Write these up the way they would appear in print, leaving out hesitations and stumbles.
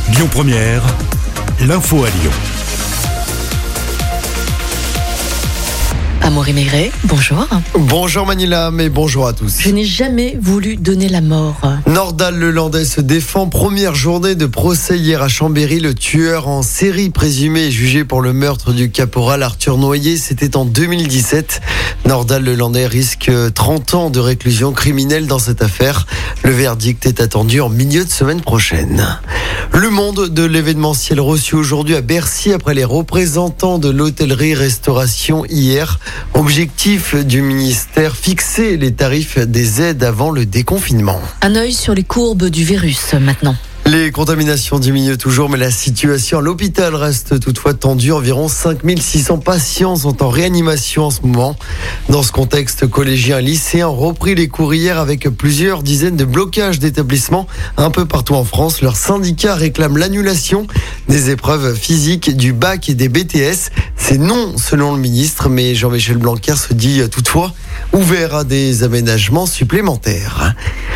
Lyon Première, l'info à Lyon. Amaury Maigret, bonjour. Bonjour Manila, mais bonjour à tous. Je n'ai jamais voulu donner la mort. Nordal Lelandais se défend. Première journée de procès hier à Chambéry. Le tueur en série présumé est jugé pour le meurtre du caporal Arthur Noyer. C'était en 2017. Nordal Lelandais risque 30 ans de réclusion criminelle dans cette affaire. Le verdict est attendu en milieu de semaine prochaine. Le monde de l'événementiel reçu aujourd'hui à Bercy après les représentants de l'hôtellerie-restauration hier. Objectif du ministère, fixer les tarifs des aides avant le déconfinement. Un œil sur les courbes du virus maintenant. Les contaminations diminuent toujours, mais la situation à l'hôpital reste toutefois tendue. Environ 5600 patients sont en réanimation en ce moment. Dans ce contexte, collégiens et lycéens ont repris les cours hier avec plusieurs dizaines de blocages d'établissements un peu partout en France. Leurs syndicats réclament l'annulation des épreuves physiques du bac et des BTS. C'est non selon le ministre, mais Jean-Michel Blanquer se dit toutefois ouvert à des aménagements supplémentaires.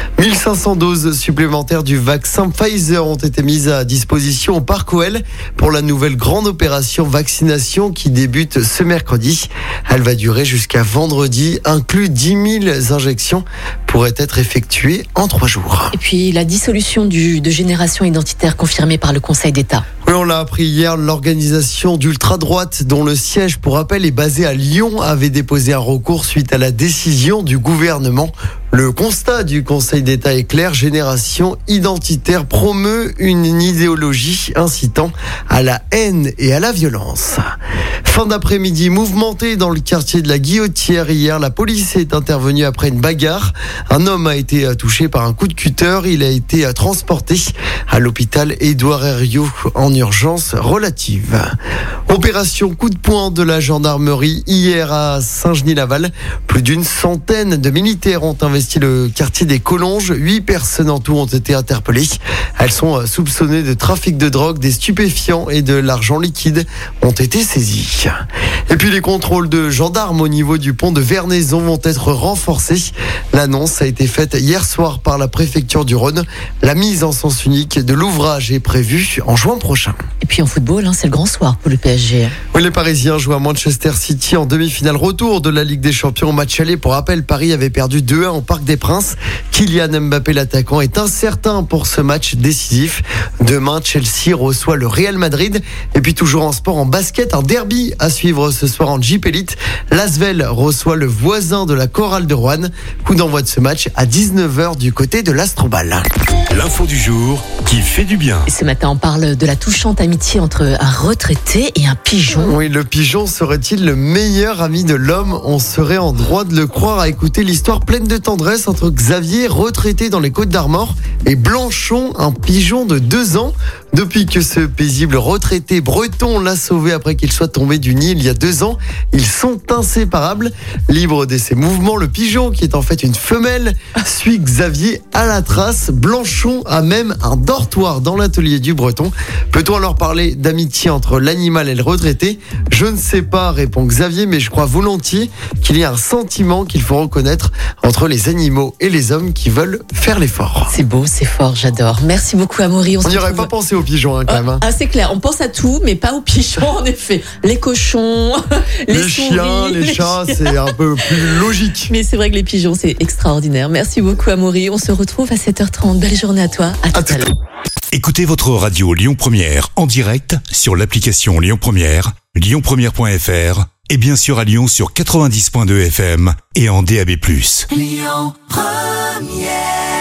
1500 doses supplémentaires du vaccin Pfizer ont été mises à disposition au Parc OL pour la nouvelle grande opération vaccination qui débute ce mercredi. Elle va durer jusqu'à vendredi. Inclus 10 000 injections pourraient être effectuées en 3 jours. Et puis la dissolution de Génération Identitaire confirmée par le Conseil d'État. Oui, on l'a appris hier, l'organisation d'ultra-droite dont le siège, pour rappel, est basé à Lyon, avait déposé un recours suite à la décision du gouvernement. Le constat du Conseil d'État est clair, Génération Identitaire promeut une idéologie incitant à la haine et à la violence. Fin d'après-midi mouvementé dans le quartier de la Guillotière hier. La police est intervenue après une bagarre. Un homme a été touché par un coup de cutter. Il a été transporté à l'hôpital Édouard Herriot en urgence relative. Opération coup de poing de la gendarmerie hier à Saint-Genis-Laval. Plus d'une centaine de militaires ont investi le quartier des Collonges. 8 personnes en tout ont été interpellées. Elles sont soupçonnées de trafic de drogue, des stupéfiants et de l'argent liquide ont été saisis. Et puis les contrôles de gendarmes au niveau du pont de Vernaison vont être renforcés. L'annonce a été faite hier soir par la préfecture du Rhône. La mise en sens unique de l'ouvrage est prévue en juin prochain. Et puis en football, c'est le grand soir pour le PSG. Oui, les Parisiens jouent à Manchester City en demi-finale retour de la Ligue des Champions. Au match aller, pour rappel, Paris avait perdu 2-1 au Parc des Princes. Kylian Mbappé, l'attaquant, est incertain pour ce match décisif. Demain, Chelsea reçoit le Real Madrid. Et puis toujours en sport, en basket, un derby à suivre ce soir en Jeep Elite. L'Asvel reçoit le voisin de la Chorale de Roanne. Coup d'envoi de ce match à 19h du côté de l'Astrobal. L'info du jour qui fait du bien. Et ce matin, on parle de la touchante amitié entre un retraité et un pigeon. Oui, le pigeon serait-il le meilleur ami de l'homme? On serait en droit de le croire à écouter l'histoire pleine de tendresse entre Xavier, retraité dans les Côtes-d'Armor, et Blanchon, un pigeon de 2 ans. Depuis que ce paisible retraité breton l'a sauvé après qu'il soit tombé du nid il y a 2 ans, ils sont inséparables. Libre de ses mouvements, le pigeon, qui est en fait une femelle, suit Xavier à la trace. Blanchon a même un dortoir dans l'atelier du breton. Peut-on alors parler d'amitié entre l'animal et le retraité? Je ne sais pas, répond Xavier, mais je crois volontiers qu'il y a un sentiment qu'il faut reconnaître entre les animaux et les hommes qui veulent faire l'effort. C'est beau, c'est fort, j'adore. Merci beaucoup, Amaury. On n'y aurait pas pensé aux pigeons, quand même. Ah, c'est clair, on pense à tout, mais pas aux pigeons, en effet. Les cochons, les chiens, les chats, c'est un peu plus logique. Mais c'est vrai que les pigeons, c'est extraordinaire. Merci beaucoup, Amaury. On se retrouve à 7h30. Belle journée à toi. À tout à l'heure. Écoutez votre radio Lyon Première en direct sur l'application Lyon Première, lyonpremière.fr et bien sûr à Lyon sur 90.2 FM et en DAB+. Lyon Première.